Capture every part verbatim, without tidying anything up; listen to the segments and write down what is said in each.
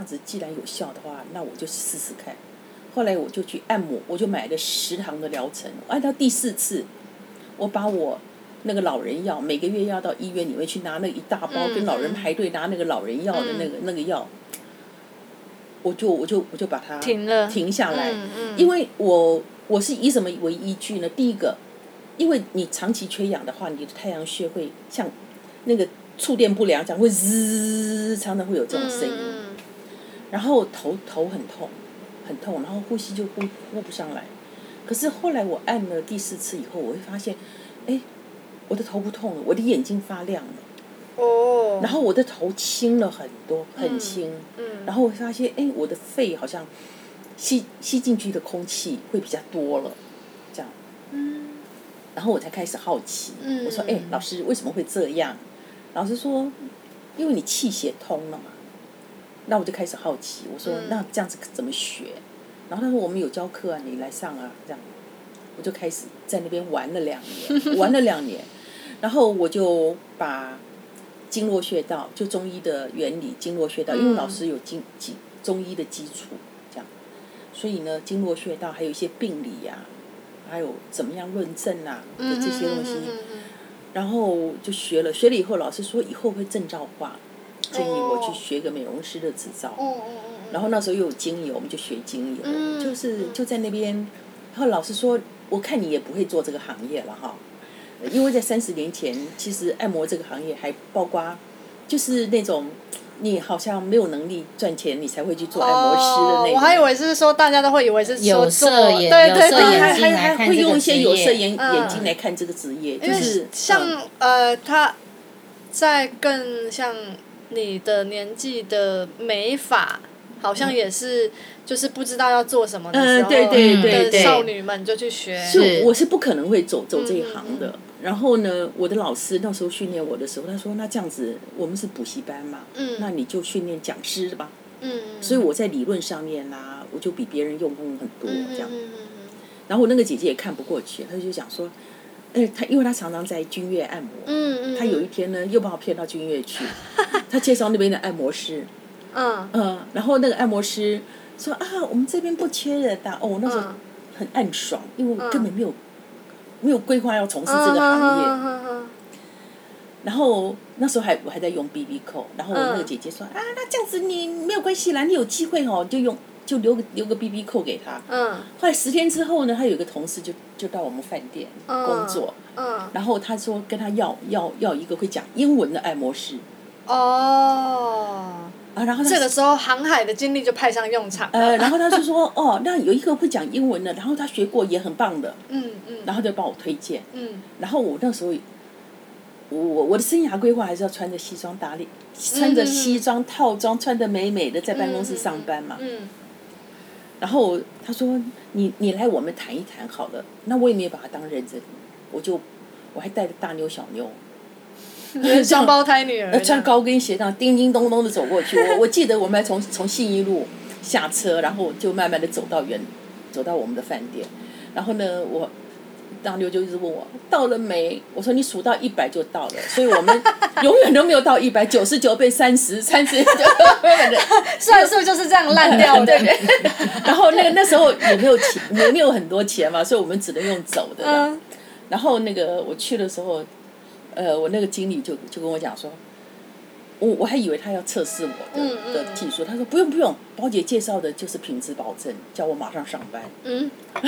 样子既然有效的话，那我就试试看。后来我就去按摩，我就买了十堂的疗程。按到第四次，我把我那个老人药每个月要到医院里面去拿那一大包， 嗯、 跟老人排队拿那个老人药的那个、嗯、那个药，我就我就我就把它停了停下来， 嗯嗯、 因为我我是以什么为依据呢？第一个，因为你长期缺氧的话，你的太阳穴会像那个触电不良，讲会滋，常常会有这种声音， 嗯、 然后头头很痛。很痛，然后呼吸就呼呼不上来。可是后来我按了第四次以后，我会发现，哎，我的头不痛了，我的眼睛发亮了。 哦。 然后我的头轻了很多，很轻。 嗯。嗯然后我发现，哎，我的肺好像吸吸进去的空气会比较多了，这样。 嗯。 然后我才开始好奇， 嗯、 我说，哎，老师为什么会这样？老师说，因为你气血通了嘛。那我就开始好奇，我说、嗯、那这样子怎么学？然后他说我们有教课啊，你来上啊，这样，我就开始在那边玩了两年，玩了两年，然后我就把经络穴道，就中医的原理，经络穴道，因为老师有经基中医的基础，这样，所以呢，经络穴道还有一些病理呀、啊，还有怎么样论证啊的这些东西，然后就学了，学了以后，老师说以后会证照化。建议我去学个美容师的执照， 哦、 然后那时候又有精油，我们就学精油， 嗯、 就是就在那边。然后老师说，我看你也不会做这个行业了哈，因为在三十年前，其实按摩这个行业还包括，就是那种你好像没有能力赚钱，你才会去做按摩师的那种。 哦、我还以为是说大家都会以为是有色眼， 对对对， 还还还会用一些有色眼、 嗯、 眼睛来看这个职业，就是像、 嗯、 呃，他在更像。你的年纪的美发好像也是，就是不知道要做什么的时候， 嗯，对对对对， 少女们就去学。 是，我是不可能会走走这一行的。 嗯、 然后呢，我的老师那时候训练我的时候，他说：“那这样子，我们是补习班嘛， 嗯， 那你就训练讲师吧。” 嗯， 所以我在理论上面啦、啊，我就比别人用功很多这样。 嗯、 然后我那个姐姐也看不过去，她就讲说。哎，他因为他常常在君悦按摩， 嗯嗯， 他有一天呢又把我骗到君悦去，他介绍那边的按摩师， 嗯嗯，然后那个按摩师说啊，我们这边不缺人的，哦，那时候很暗爽，因为我根本没有、嗯、没有规划要从事这个行业， 嗯嗯嗯、 然后那时候还我还在用 B B 扣，然后我那个姐姐说、嗯、啊，那这样子你没有关系啦，你有机会哦就用。就留个留个 B B 扣给他。 嗯。 后来十天之后呢，他有一个同事就就到我们饭店工作。 嗯。嗯然后他说跟他要要要一个会讲英文的按摩师。 哦。 啊，然后这个时候航海的经历就派上用场了。 呃，然后他就说哦，那有一个会讲英文的，然后他学过也很棒的。 嗯嗯。 然后就帮我推荐。 嗯。 然后我那时候。我我的生涯规划还是要穿着西装打理，穿着西装套装，穿得美美的在办公室上班嘛。 嗯。嗯然后他说：“你你来我们谈一谈好了。”那我也没有把他当认真，我就我还带着大妞小妞， 双胞胎女儿， 穿高跟鞋，这样叮叮咚咚的走过去。我我记得我们还从从信义路下车，然后就慢慢的走到远，走到我们的饭店。然后呢，我大妞就一直问我到了没？我说你数到一百就到了，所以我们永远都没有到一百，九十九倍三十，三十就算数就是这样烂掉的。 对然后那个那时候也没有钱，也没有很多钱嘛，所以我们只能用走的。嗯、然后那个我去的时候，呃，我那个经理就就跟我讲说，我我还以为他要测试我的、 嗯、 的技术，他说不用不用，宝姐介绍的就是品质保证，叫我马上上班。 嗯。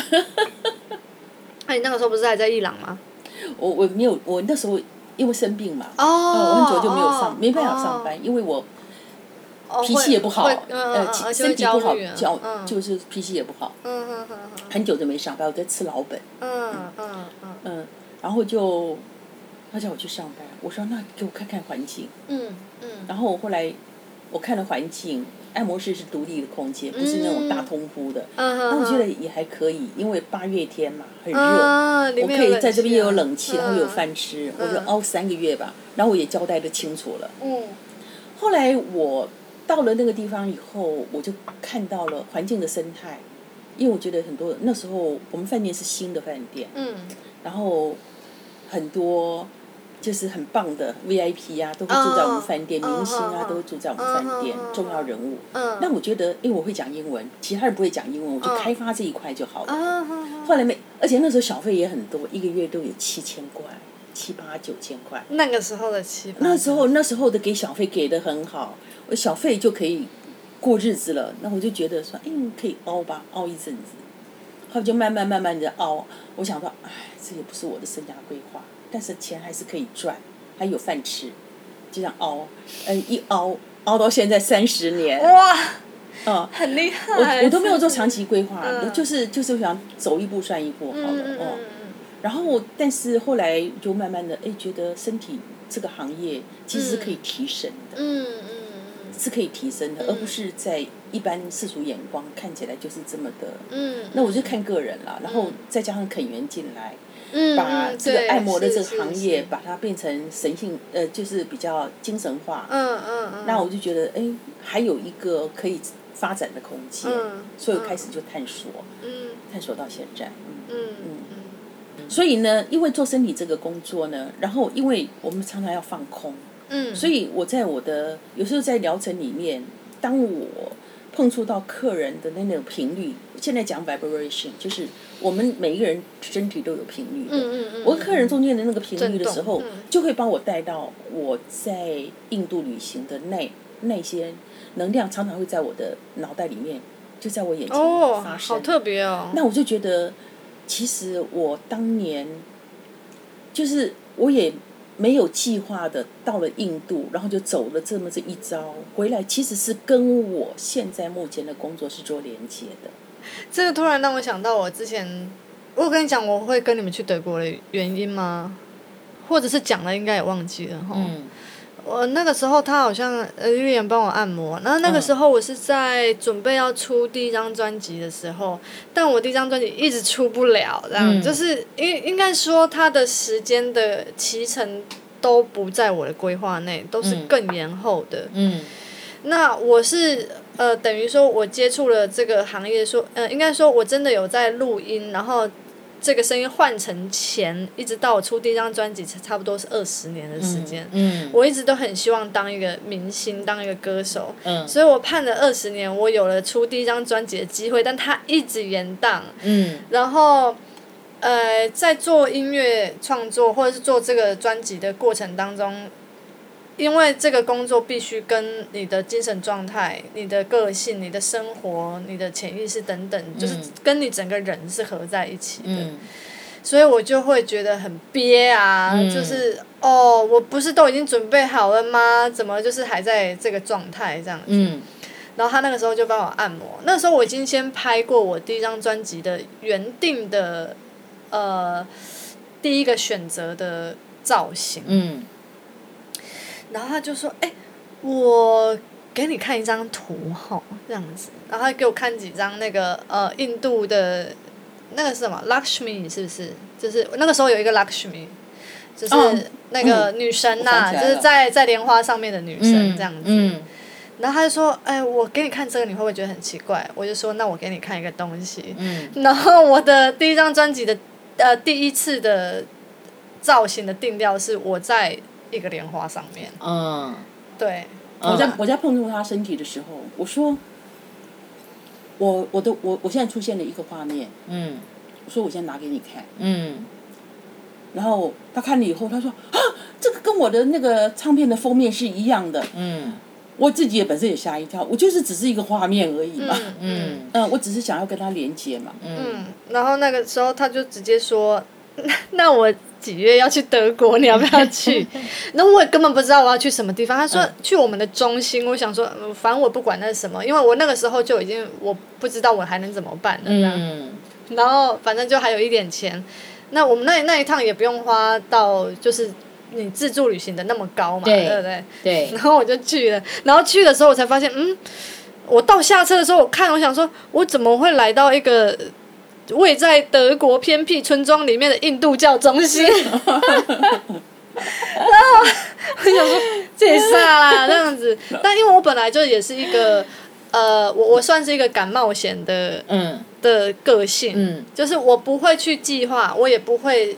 那、啊、你那个时候不是还在伊朗吗？ 我我没有，我那时候因为生病嘛， 哦， 我很久就没有上， 哦、 没办法上班， 哦、 因为我脾气也不好， 嗯、 呃， 嗯、 身体不好， 焦嗯、就是脾气也不好， 嗯嗯嗯很久就没上班，我在吃老本， 嗯嗯嗯嗯，然后就他叫我去上班，我说那给我看看环境， 嗯嗯， 然后我后来我看了环境。按摩室是独立的空间，不是那种大通铺的。 嗯那我觉得也还可以，因为八月天嘛，很热， 啊、 我可以在这边又有冷气， 嗯、 然后有饭吃。嗯、我就熬三个月吧，然后我也交代的清楚了。 嗯。 后来我到了那个地方以后，我就看到了环境的生态，因为我觉得很多那时候我们饭店是新的饭店， 嗯， 然后很多就是很棒的 V I P 啊，都会住在我们饭店， 哦、 明星啊、 哦、 都会住在我们饭店， 哦、 重要人物。 嗯。 那我觉得，因为我会讲英文，其他人不会讲英文，我就开发这一块就好了。 哦、 后来没，而且那时候小费也很多，一个月都有七千块。七八九千块， 那个时候的七八， 那时候那时候的给小费给的很好，我小费就可以过日子了。那我就觉得说，哎，可以熬吧，熬一阵子，后来就慢慢慢慢的熬。我想到，哎，这也不是我的生涯规划，但是钱还是可以赚，还有饭吃，就这样熬，嗯，一熬熬到现在三十年， 哇， 嗯， 很厉害。 我我都没有做长期规划， 嗯、 就是就是想走一步算一步好了， 嗯哦。然后，但是后来就慢慢的，哎，觉得身体这个行业其实是可以提升的， 嗯嗯嗯，是可以提升的，而不是在一般世俗眼光看起来就是这么的。嗯。那我就看个人啦，然后再加上肯源进来， 嗯， 把这个按摩的这个行业， 是是是把它变成神性，呃，就是比较精神化。 嗯嗯嗯。 那我就觉得，哎，还有一个可以发展的空间， 嗯， 所以我开始就探索， 嗯， 探索到现在， 嗯嗯嗯。 所以呢，因为做身体这个工作呢，然后因为我们常常要放空， 嗯， 所以我在我的有时候在疗程里面，当我碰触到客人的那种频率，现在讲 vibration， 就是我们每一个人身体都有频率的， 嗯嗯嗯， 我跟客人中间的那个频率的时候， 嗯、 就会帮我带到我在印度旅行的那那些能量，常常会在我的脑袋里面，就在我眼前发生， 哦，好特别哦。 那我就觉得。其实我当年，就是我也没有计划的到了印度，然后就走了这么这一招，回来其实是跟我现在目前的工作是做连接的。 这个突然让我想到，我之前我跟你讲我会跟你们去德国的原因吗？或者是讲了应该也忘记了哈。嗯。我那个时候他好像呃玉妍帮我按摩，然后那个时候我是在准备要出第一张专辑的时候，但我第一张专辑一直出不了，这样、嗯、就是应应该说他的时间的期程都不在我的规划内，都是更延后的。嗯。那我是呃等于说我接触了这个行业说，呃应该说我真的有在录音，然后。这个声音换成前，一直到我出第一张专辑，差不多是二十年的时间。嗯嗯、我一直都很希望当一个明星，当一个歌手。嗯、所以我盼了二十年，我有了出第一张专辑的机会，但它一直延宕。嗯、然后，呃，在做音乐创作或者是做这个专辑的过程当中。因为这个工作必须跟你的精神状态、你的个性、你的生活、你的潜意识等等，嗯、就是跟你整个人是合在一起的，嗯、所以我就会觉得很憋啊，嗯、就是哦，我不是都已经准备好了吗？怎么就是还在这个状态这样子？嗯、然后他那个时候就帮我按摩，那时候我已经先拍过我第一张专辑的原定的呃第一个选择的造型。嗯然后他就说：“哎、欸，我给你看一张图哈，这样子。”然后他给我看几张那个呃印度的，那个是什么 Lakshmi 是不是？就是那个时候有一个 Lakshmi， 就是那个女神呐、啊，嗯、就是在在莲花上面的女神这样子。嗯嗯、然后他就说：“哎、欸，我给你看这个，你会不会觉得很奇怪？”我就说：“那我给你看一个东西。嗯”然后我的第一张专辑的呃第一次的造型的定调是我在。一个莲花上面，嗯，对， 我在我在碰触他身体的时候，我说，我我的我我现在出现了一个画面，嗯，我说我现在拿给你看，嗯，然后他看了以后，他说啊，这个跟我的那个唱片的封面是一样的，嗯，我自己也本身也吓一跳，我就是只是一个画面而已嘛，嗯嗯，嗯，我只是想要跟他连接嘛， 嗯，然后那个时候他就直接说，那我。几月要去德国？你要不要去？然后我也根本不知道我要去什么地方。他说、嗯、去我们的中心，我想说，反正我不管那是什么，因为我那个时候就已经我不知道我还能怎么办了。嗯。然后反正就还有一点钱，那我们那那一趟也不用花到就是你自助旅行的那么高嘛，对, 对不对？ 对。 然后我就去了，然后去的时候我才发现，嗯，我到下车的时候我看，我想说，我怎么会来到一个。位在德国偏僻村庄里面的印度教中心，然后我想说这也傻啦这样子，但因为我本来就也是一个呃，我我算是一个敢冒险的嗯的个性，嗯，就是我不会去计划，我也不会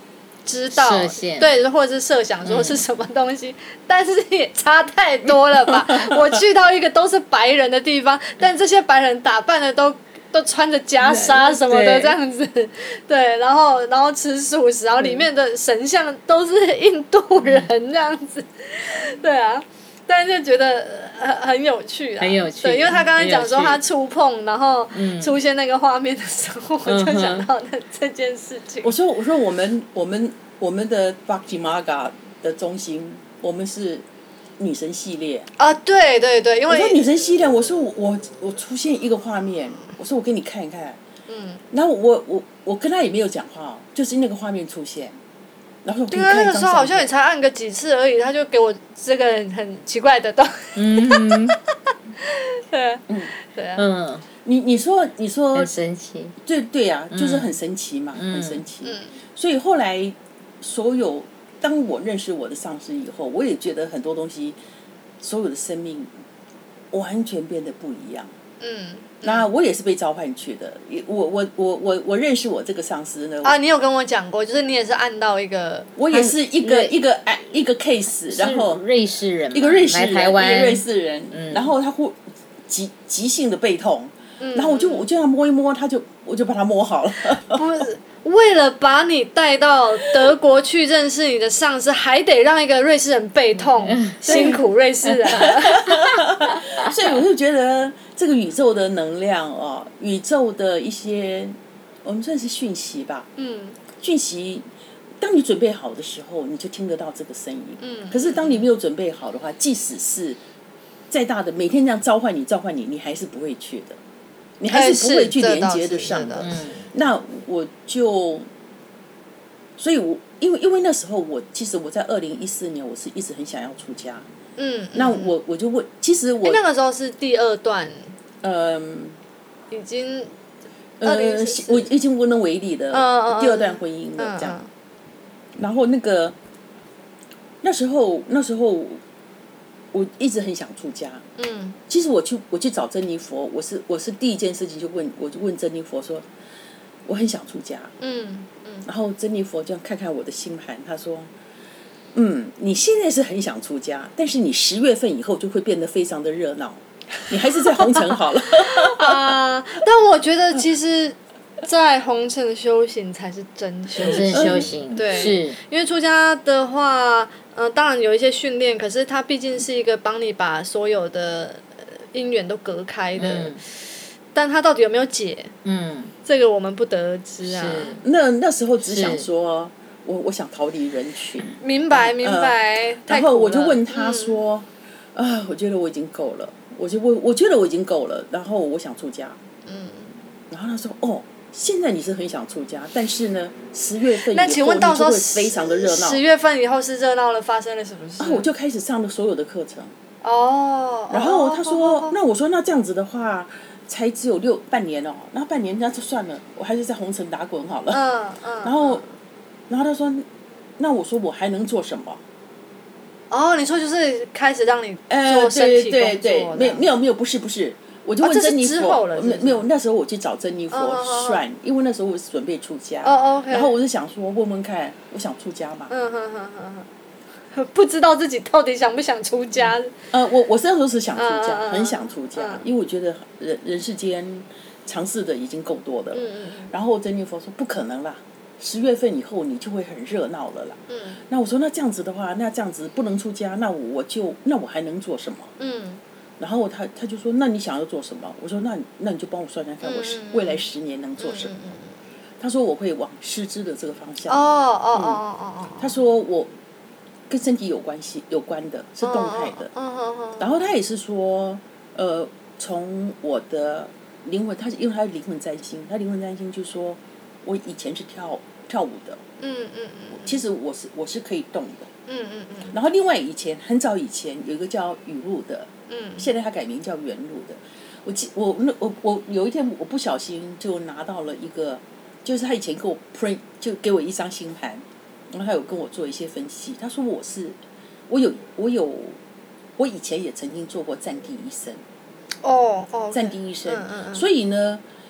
知道， 设限对，或者是设想说是什么东西，嗯、但是也差太多了吧？我去到一个都是白人的地方，但这些白人打扮的都都穿着袈裟什么的这样子，对，然后然后吃素食，然后里面的神像都是印度人这样子，对啊。但是就觉得很很有趣啊， 很有趣。 对，因为他刚才讲说他触碰，然后出现那个画面的时候，嗯、我就想到那这件事情。 我说我说我们我们我们的 Bhakti Marga 的中心，我们是女神系列啊，对对对，因为我说女神系列，我说我我我出现一个画面，我说我给你看一看，嗯，然后我我我跟他也没有讲话，就是那个画面出现。 对啊，那个时候好像也才按个几次而已，他就给我这个很奇怪的东西。嗯，对，嗯，对啊。 嗯， 你你说你说很神奇。 对对啊，就是很神奇嘛， 嗯、 很神奇。嗯。所以后来，所有当我认识我的上司以后，我也觉得很多东西，所有的生命完全变得不一样。嗯。那我也是被召唤去的，我我我我我认识我这个上司呢。 啊，你有跟我讲过，就是你也是按到一个。 我也是一个一个一个 case， 然后瑞士人， 一个瑞士人， 来台湾， 一个瑞士人，嗯、然后他忽急急性的背痛，嗯、然后我就我就让他摸一摸，他就我就把他摸好了。 不是为了把你带到德国去认识你的上司，还得让一个瑞士人背痛，嗯、辛苦瑞士人。 所以我就觉得。这个宇宙的能量哦，宇宙的一些，我们算是讯息吧。嗯。讯息，当你准备好的时候，你就听得到这个声音。嗯。可是当你没有准备好的话，即使是再大的每天这样召唤你、召唤你，你还是不会去的，你还是不会去连接得上的。嗯。那我就，所以我因为因为那时候我其实我在二零一四年我是一直很想要出家。嗯。那我我就问，其实我那个时候是第二段。 嗯， 已经， 呃，我已经无能为力的第二段婚姻了，这样。然后那个那时候那时候我一直很想出家。嗯。其实我去我去找珍妮佛，我是我是第一件事情就问我就问珍妮佛说，我很想出家。嗯嗯。然后珍妮佛就看看我的星盘，他说，嗯，你现在是很想出家，但是你十月份以后就会变得非常的热闹。你还是在红尘好了啊！但我觉得其实，在红尘修行才是真修行。 真修行， 对， 是因为出家的话，嗯、呃，当然有一些训练，可是它毕竟是一个帮你把所有的因缘都隔开的，嗯、但它到底有没有解？嗯，这个我们不得而知啊。 那那时候只想说，我我想逃离人群。 明白明白。呃、 然后我就问他说，嗯、啊，我觉得我已经够了。我就我我觉得我已经够了，然后我想出家。嗯。然后他说：“哦，现在你是很想出家，但是呢，十月份以后你就会非常的热闹。 十月份以后是热闹了，发生了什么事？” 啊，我就开始上了所有的课程。 哦。 然后他说：“哦、那我说那这样子的话，才只有六半年哦，那半年那就算了，我还是在红尘打滚好了。”嗯嗯。然后，然后他说：“那我说我还能做什么？” 哦，你说就是开始让你做身体工作、呃、对对对， 没有没有没有，不是不是，我就问珍妮佛，哦、没没有，那时候我去找珍妮佛算，哦、因为那时候我是准备出家， 哦 okay、 然后我就想说问问看，我想出家嘛， 嗯哼哼哼，不知道自己到底想不想出家。 呃，我我那时候是想出家，嗯、很想出家，嗯、因为我觉得人人世间尝试的已经够多的了，嗯、然后珍妮佛说不可能啦。十月份以后你就会很热闹了啦。嗯。那我说那这样子的话，那这样子不能出家，那我就那我还能做什么？嗯。然后他他就说，那你想要做什么？我说那那你就帮我算算看，我是未来十年能做什么？嗯、他说我会往师资的这个方向。 哦哦哦哦哦哦。 他说我跟身体有关系有关的，是动态的。哦哦哦。然后他也是说，呃，从我的灵魂，他因为他灵魂占星，他灵魂占星就说。我以前是跳跳舞的，嗯嗯嗯，其实我是我是可以动的，嗯嗯嗯。然后另外以前很早以前有一个叫雨露的，嗯，现在他改名叫原露的。我记我那我我有一天我不小心就拿到了一个，就是他以前给我 print 就给我一张星盘，然后他有跟我做一些分析。他说我是我有我有我以前也曾经做过战地医生， 哦哦， 战地医生，嗯嗯嗯，所以呢。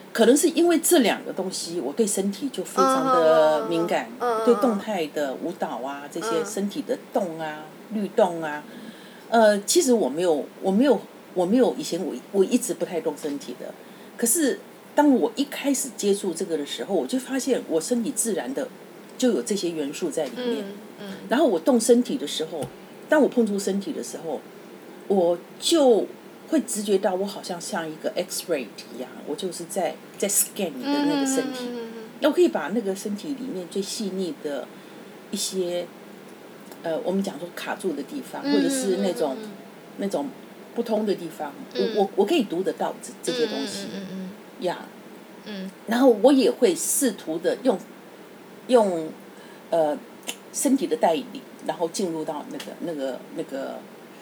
可能是因为这两个东西，我对身体就非常的敏感， 嗯、 对动态的舞蹈啊，这些身体的动啊、律动啊，呃，其实我没有，我没有，我没有以前我我一直不太动身体的，可是当我一开始接触这个的时候，我就发现我身体自然的就有这些元素在里面， 嗯嗯、 然后我动身体的时候，当我碰触身体的时候，我就会直觉到我好像像一个 X-ray 一样，我就是在在 scan 你的那个身体， 嗯嗯嗯那我可以把那个身体里面最细腻的一些，呃，我们讲说卡住的地方， 嗯、 或者是那种、 嗯、 那种不通的地方， 嗯、 我我我可以读得到这这些东西， 嗯嗯呀、 嗯， 然后我也会试图的用用呃身体的带领，然后进入到那个那个那个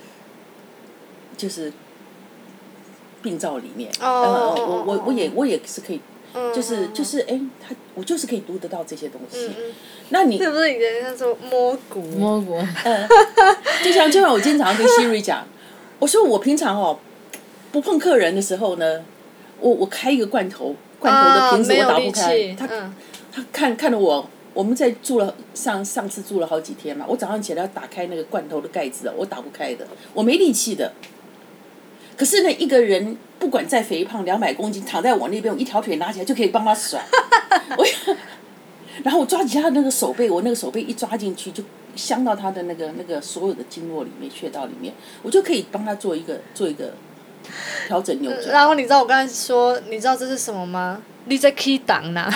就是病灶里面。 哦呃， 哦我我我也我也是可以， 嗯、 就是就是哎，他我就是可以读得到这些东西。 嗯嗯， 那你是不是以前他说摸骨？ 摸骨。 呃，就像就像我经常跟 Siri 讲，我说我平常哦不碰客人的时候呢，我我开一个罐头罐头的瓶子我打不开，他、 嗯、 他看看了我。我们在住了上上次住了好几天嘛，我早上起来要打开那个罐头的盖子，我打不开的，我没力气的。可是呢，一个人不管再肥胖两百公斤，躺在我那边，我一条腿拿起来就可以帮他甩。我，然后我抓起他的那个手背，我那个手背一抓进去，就镶到他的那个那个所有的经络里面、穴道里面，我就可以帮他做一个做一个调整扭转。 然后你知道我刚才说，你知道这是什么吗？你在 key 档呢？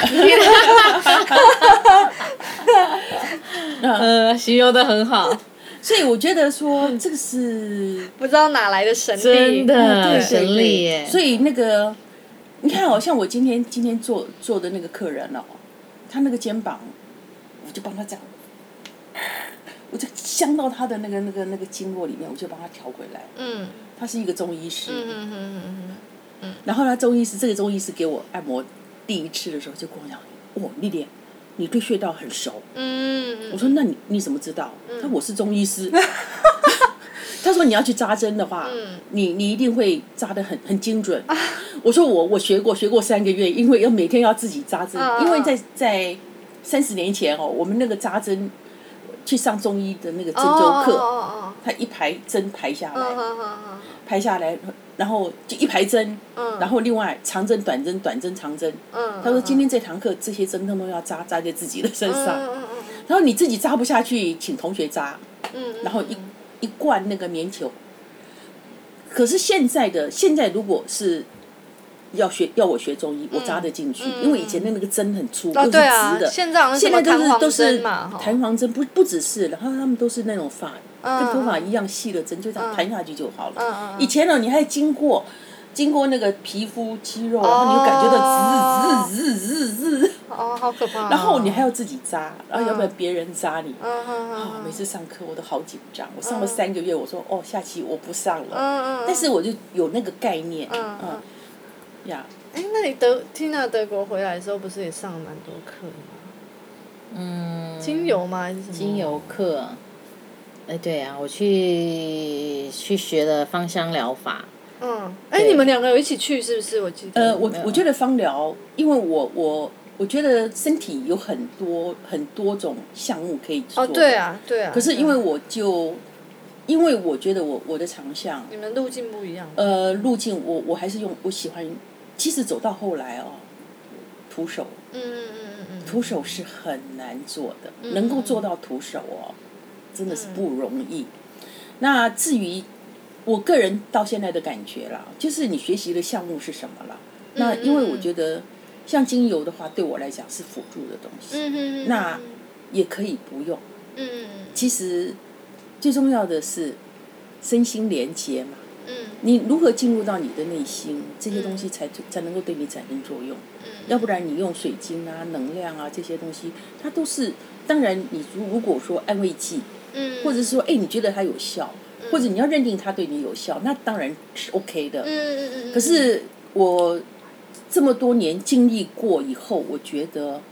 呃，形容的很好。 所以我觉得说这个是不知道哪来的神力， 真的对神力耶。 所以那个你看哦，像我今天今天做做的那个客人哦，他那个肩膀，我就帮他这样，我就镶到他的那个那个那个经络里面，我就帮他调回来。 嗯。 他是一个中医师。 嗯嗯嗯嗯嗯。 然后呢，中医师这个中医师给我按摩第一次的时候就跟我讲，哦，丽莲，你对穴道很熟。 嗯。 我说那你你怎么知道？他说我是中医师。他说你要去扎针的话， 嗯、 你你一定会扎得很很精准。啊、我说我我学过学过三个月，因为要每天要自己扎针， 啊、 因为在在三十年前哦，我们那个扎针去上中医的那个针灸课， 哦哦哦、 他一排针排下来， 哦、 排下来，然后就一排针， 嗯、 然后另外长针短针短针长针。 嗯、 他说今天这堂课这些针通通要扎扎在自己的身上， 嗯嗯嗯、 然后你自己扎不下去，请同学扎， 嗯、 然后一。一罐那个棉球，可是现在的现在如果是要学要我学中医，我扎得进去， 嗯、 因为以前的那个针很粗， 哦、 都是直的。 啊、现在好像现在都是都是嘛， 弹簧针，不不只是，然后他们都是那种发、嗯、跟头发一样细的针，就这样弹下去就好了。 嗯、 以前呢，你还经过经过那个皮肤肌肉，然后你就感觉到滋滋滋滋滋。 哦，好可怕、哦！ 然后你还要自己扎，然后要不然别人扎你。 嗯嗯哦，每次上课我都好紧张，我上了三个月，我说哦，下期我不上了。 嗯嗯。 但是我就有那个概念。 嗯嗯。呀。 哎，那你德听到德国回来的时候，不是也上了蛮多课的吗？ 嗯。 精油吗？还是什么？ 精油课。哎，对啊，我去去学了芳香疗法。 嗯，哎，你们两个有一起去是不是？我记得。 呃，我我觉得芳疗，因为我我我觉得身体有很多很多种项目可以做。 哦，对啊，对啊。 可是因为我就，因为我觉得我我的长项。 你们路径不一样。 呃，路径我我还是用我喜欢，其实走到后来哦，徒手。 嗯嗯嗯嗯嗯。 徒手是很难做的， 嗯、 能够做到徒手哦，真的是不容易。嗯、那至于。我个人到现在的感觉啦，就是你学习的项目是什么啦？ 嗯、 那因为我觉得，像精油的话，对我来讲是辅助的东西。 嗯嗯、 那也可以不用。 嗯、 其实最重要的是身心连接嘛。 嗯、 你如何进入到你的内心，这些东西才才能够对你产生作用。 嗯、 要不然你用水晶啊、能量啊这些东西，它都是当然你如果说安慰剂， 嗯、 或者是说哎你觉得它有效。或者你要认定它对你有效，那当然是 OK 的。 嗯嗯嗯。 可是我这么多年经历过以后，我觉得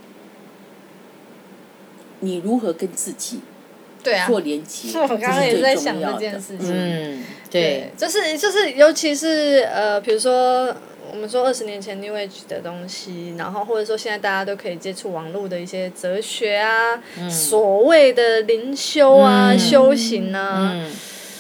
你如何跟自己做连接， 对啊、我刚刚也在想这件事情。 嗯，对， 就是就是，尤其是呃，比如说我们说二十年前 New Age 的东西，然后或者说现在大家都可以接触网络的一些哲学啊， 嗯、 所谓的灵修啊、 嗯、 修行啊。 嗯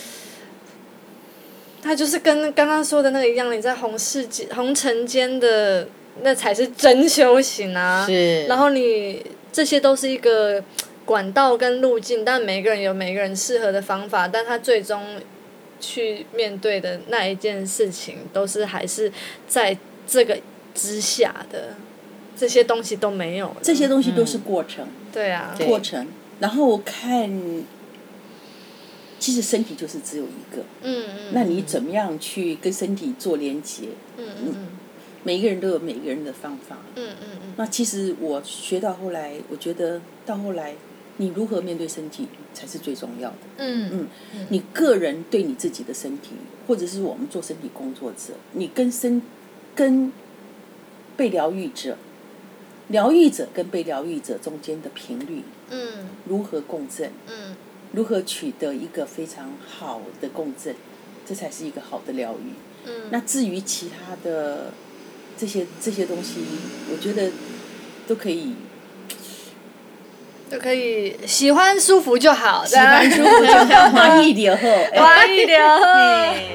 它就是跟刚刚说的那个一样，你在红世界、红尘间的那才是真修行啊。 是。 然后你这些都是一个管道跟路径，但每个人有每个人适合的方法，但他最终去面对的那一件事情，都是还是在这个之下的，这些东西都没有了。 这些东西都是过程。 嗯、对啊。 过程，然后看。其实身体就是只有一个， 嗯嗯， 那你怎么样去跟身体做连接？ 嗯嗯嗯， 每一个人都有每个人的方法。 嗯嗯嗯。 那其实我学到后来，我觉得到后来，你如何面对身体才是最重要的。 嗯嗯，你个人对你自己的身体，或者是我们做身体工作者，你跟身跟被疗愈者、疗愈者跟被疗愈者中间的频率， 嗯， 如何共振？ 嗯。 如何取得一个非常好的共振，这才是一个好的疗愈。 嗯， 那至于其他的这些这些东西，我觉得都可以， 都可以喜欢舒服就好， 喜欢舒服就好，欢喜就好， 欢喜就好。